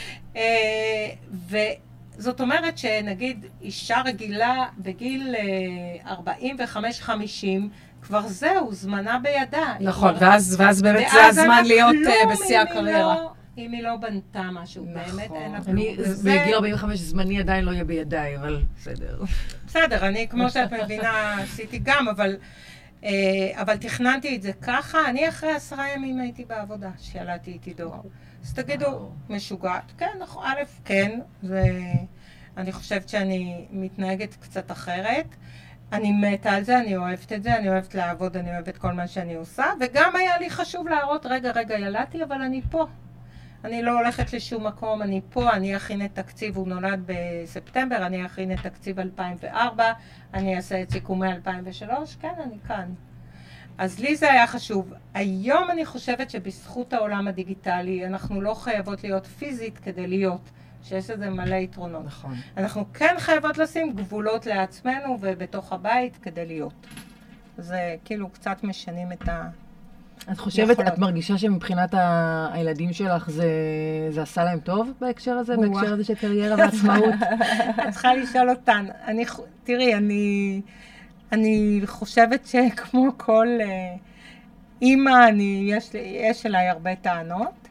וזאת אומרת שנגיד אישה רגילה בגיל ארבעים וחמש חמישים, כבר זהו, זמנה בידה. נכון, ואז באמת זה הזמן להיות בשיא הקריירה. אם היא לא בנתה משהו, באמת אין לה כלום. בגיל ארבעים וחמש זמני עדיין לא יהיה בידיי, אבל בסדר. בסדר, אני כמו שאת מבינה עשיתי גם, אבל אבל תכננתי את זה ככה. אני אחרי עשרה ימים הייתי בעבודה, שילדתי איתי דור. אז תגידו, משוגעת. כן, א', כן, אני חושבת שאני מתנהגת קצת אחרת. אני מתה על זה, אני אוהבת את זה, אני אוהבת לעבוד, אני אוהבת כל מה שאני עושה, וגם היה לי חשוב להראות, רגע, רגע, ילדתי, אבל אני פה. אני לא הולכת לשום מקום, אני פה, אני אכין את תקציב, הוא נולד בספטמבר, אני אכין את תקציב אלפיים וארבע, אני אעשה את סיכומי אלפיים ושלוש, כן, אני כאן. אז לי זה היה חשוב. היום אני חושבת שבזכות העולם הדיגיטלי, אנחנו לא חייבות להיות פיזית כדי להיות, שיש לזה מלא יתרונות. נכון. אנחנו כן חייבות לשים גבולות לעצמנו ובתוך הבית כדי להיות. זה כאילו קצת משנים את ה... את חושבת, את מרגישה שמבחינת הילדים שלך זה עשה להם טוב בהקשר הזה? בהקשר הזה של קריירה ועצמאות? את צריכה לשאול אותן. תראי, אני חושבת שכמו כל אימא, יש אליי הרבה טענות.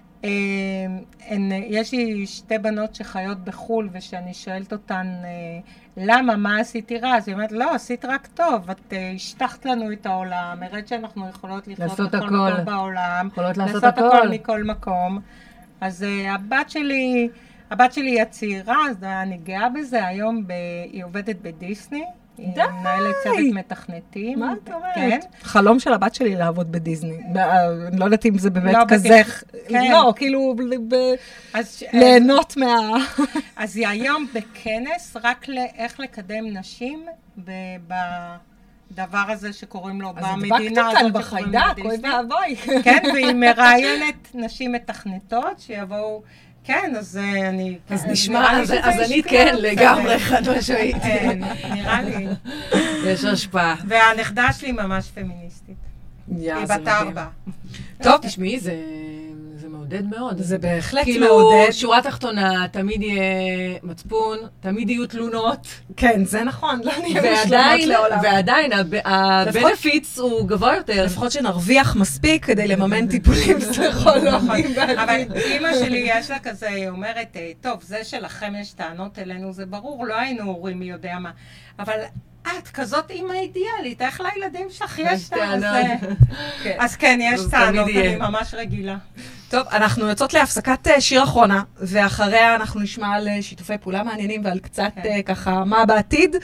יש לי שתי בנות שחיות בחול, ושאני שואלת אותן, למה, מה עשיתי רע? אז היא אומרת, לא, עשית רק טוב, את השטחת לנו את העולם, הראית שאנחנו יכולות לחיות בכל מקום בעולם, יכולות לעשות הכל מכל מקום. אז הבת שלי, הבת שלי היא הצעירה, אז אני גאה בזה, היום היא עובדת בדיסני, היא מנהלת צוות מתכנתים. מה את אומרת? חלום של הבת שלי לעבוד בדיסני. אני לא יודעת אם זה באמת כזה... לא, כאילו, ליהנות מה... אז היא היום בכנס רק לאיך לקדם נשים הדבר הזה שקוראים לו אז במדינה הדבקת הזאת כאן שקוראים בחיידק, לו אוי דיסני. ואבוי. כן, והיא מראיינת נשים מתכנתות שיבואו, כן, אז אה, אני... אז כן, נשמע, נראה לי אז שזה אז אני השפיע כן, על זה. לגמרי, חד משמעית. כן, נראה לי. יש השפעה. והנכדה שלי ממש פמיניסטית. יא, היא זה בת מדהים. ארבע. טוב, תשמעי, זה זה מעודד מאוד. זה בהחלט כאילו, מעודד. שורה תחתונה, תמיד יהיה מצפון, תמיד יהיו תלונות, כן, זה נכון, לא נהיה משלמות ועדיין, לעולם. ועדיין, הבנפיץ הוא גבוה יותר. לפחות שנרוויח מספיק כדי לממן טיפולים פסיכולוגיים. אבל אימא שלי יש לה כזה, היא אומרת, טוב, זה שלכם יש טענות אלינו, זה ברור, לא היינו הורים מי יודע מה. אבל את כזאת אימא אידיאלית, איך לילדים שלך יש טענות? אז כן, יש טענות, אני ממש רגילה. טוב, אנחנו יוצאות להפסקת אה, שיר אחרונה, ואחריה אנחנו נשמע על אה, שיתופי פעולה מעניינים ועל קצת כן. אה, ככה מה בעתיד,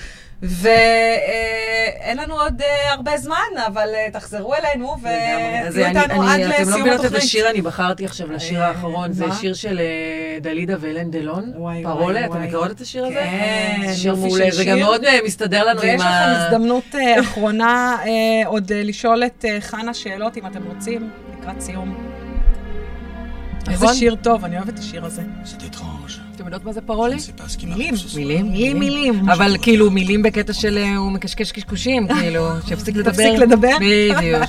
ואין לנו עוד אה, הרבה זמן, אבל אה, תחזרו אלינו ותהיו איתנו עד אתם לא לסיום מבינות את התוכנית. השיר, אני בחרתי עכשיו לשיר אה, האחרון, זה מה? שיר של אה, דלידה ואלן דלון, וואי, פרולה, וואי, אתם וואי. מכירות את השיר הזה? כן, זה שיר יופי מעולה, של זה גם שיר. מאוד אה, מסתדר לנו עם ויש לכם ה... הזדמנות אה, אחרונה אה, עוד אה, לשאול את אה, חנה שאלות, אם אתם רוצים, לקראת סיום. איזה נכון? שיר טוב, אני אוהבת את השיר הזה. C'est étrange. אתם יודעות מה זה פרולה? Je ne sais pas ce qui מילים, m'arrive ce soir. מילים, מילים, מילים. אבל כאילו מילים בקטע של אה, הוא מקשקש קשקושים, כאילו, שיפסיק לדבר. תפסיק לדבר. בדיוק.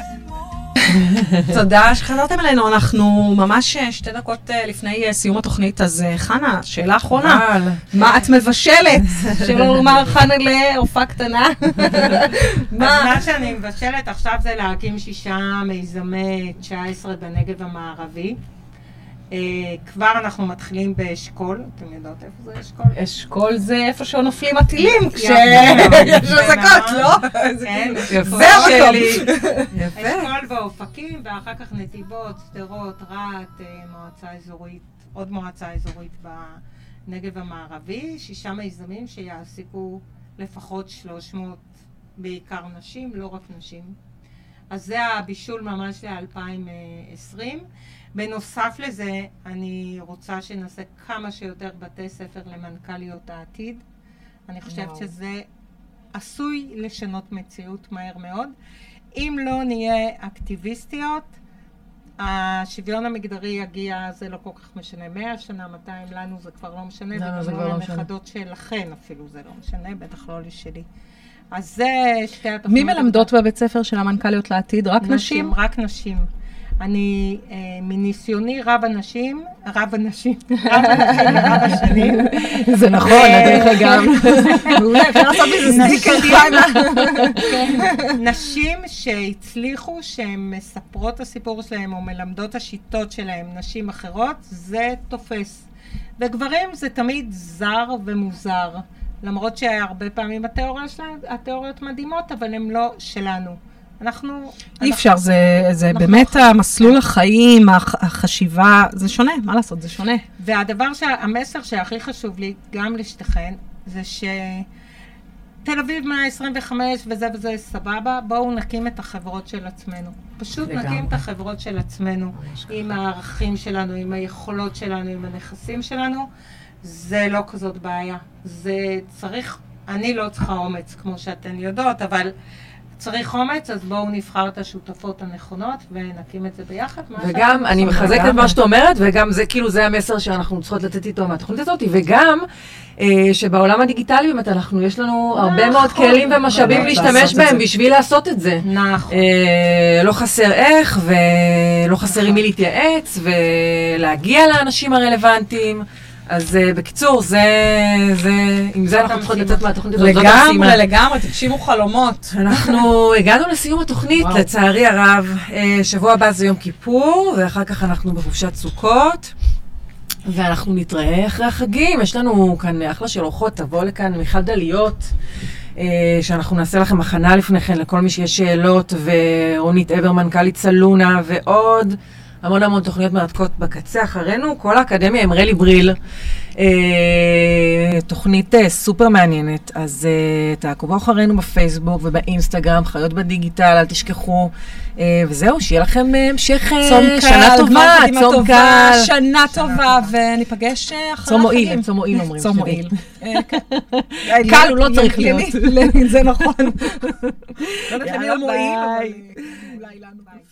תודה שחזרתם אלינו, אנחנו ממש אה, שתי דקות אה, לפני אה, סיום התוכנית, אז אה, חנה, שאלה אחרונה. אבל, מה את מבשלת? שלא לומר חנה להופעה קטנה. אז מה? מה שאני מבשלת עכשיו זה להקים שישה מיזמי תשע עשרה בנגב המערבי. אה, כבר אנחנו מתחילים באשכול, אתם יודעות איפה זה אשכול? אשכול זה איפה שנופלים הטילים, כשיש יפה אזעקות, מאוד. לא? כן, יפה, זה המקום. שלי. יפה. אשכול באופקים, ואחר כך נתיבות, שדרות, רהט, אה, מועצה אזורית, עוד מועצה אזורית בנגב המערבי, שישה מיזמים שיעסיקו לפחות שלוש מאות, בעיקר נשים, לא רק נשים. אז זה הבישול ממש ל-אלפיים עשרים. בנוסף לזה, אני רוצה שנעשה כמה שיותר בתי ספר למנכ"ליות העתיד. אני חושבת וואו. שזה עשוי לשנות מציאות מהר מאוד. אם לא נהיה אקטיביסטיות, השוויון המגדרי יגיע, זה לא כל כך משנה. מאה שנה, מאתיים לנו זה כבר לא משנה, לא, זה וגם כבר לא לא משנה. לנכדות שלכן אפילו זה לא משנה, בטח לא לשלי. אז זה שתי התוכניות. מי מלמדות בבית ספר של המנכ"ליות לעתיד? רק נשים? רק נשים. אני, אה, מניסיוני רב הנשים, רב הנשים, רב הנשים, רב השנים. זה נכון, דרך אגב. מעולה, אפשר לעשות מזה סטיקר חיימה. נשים שהצליחו, שהן מספרות את הסיפור שלהם או מלמדות השיטות שלהם, נשים אחרות, זה תופס. וגברים זה תמיד זר ומוזר. למרות שהרבה פעמים התיאוריות שלהם, התיאוריות מדהימות, אבל הן לא שלנו. אנחנו... אי אפשר, זה, זה באמת המסלול החיים, הח, החשיבה, זה שונה, מה לעשות, זה שונה. והדבר, שה, המסר שהכי חשוב לי, גם לשתיכן, זה שתל אביב מאה עשרים וחמש וזה וזה סבבה, בואו נקים את החברות של עצמנו. פשוט לגמרי. נקים את החברות של עצמנו, עם הערכים שלנו, עם היכולות שלנו, עם הנכסים שלנו. זה לא כזאת בעיה. זה צריך, אני לא צריכה אומץ, כמו שאתן יודעות, אבל... צריך אומץ, אז בואו נבחר את השותפות הנכונות ונקים את זה ביחד. וגם, אני מחזקת את מה שאת אומרת, וגם זה כאילו, זה המסר שאנחנו צריכות לתת איתו מהתוכנית הזאת, וגם אה, שבעולם הדיגיטלי באמת אנחנו, יש לנו הרבה מאוד כלים ומשאבים להשתמש בהם בשביל לעשות את זה. נכון. אה, לא חסר איך, ולא חסר עם מי להתייעץ, ולהגיע לאנשים הרלוונטיים. אז uh, בקיצור, זה, זה, עם זה אנחנו צריכות לצאת מהתוכנית הזאת. לגמרי, לגמרי, תגשימו חלומות. אנחנו הגענו לסיום התוכנית, וואו. לצערי הרב. Uh, שבוע הבא זה יום כיפור, ואחר כך אנחנו בחופשת סוכות, ואנחנו נתראה אחרי החגים. יש לנו כאן אחלה של אורחות, תבוא לכאן מיכל דליות, uh, שאנחנו נעשה לכם הכנה לפני כן לכל מי שיש שאלות, ורונית אבר מנכ"לית סלונה, ועוד... המון המון תוכניות מרתקות בקצה אחרינו, כל האקדמיה עם רלי בריל, אה, תוכנית תוכנית סופר מעניינת, אז תעקבו אחרינו בפייסבוק ובאינסטגרם, חיות בדיגיטל, אל תשכחו, וזהו, שיהיה לכם המשך שנה טובה, צום קל. שנה טובה, וניפגש אחרי החגים. צום מועיל, צום מועיל אומרים. צום מועיל. קל הוא לא צריך להיות. זה נכון. לא יודעת למי הוא מועיל, אבל אולי לנו.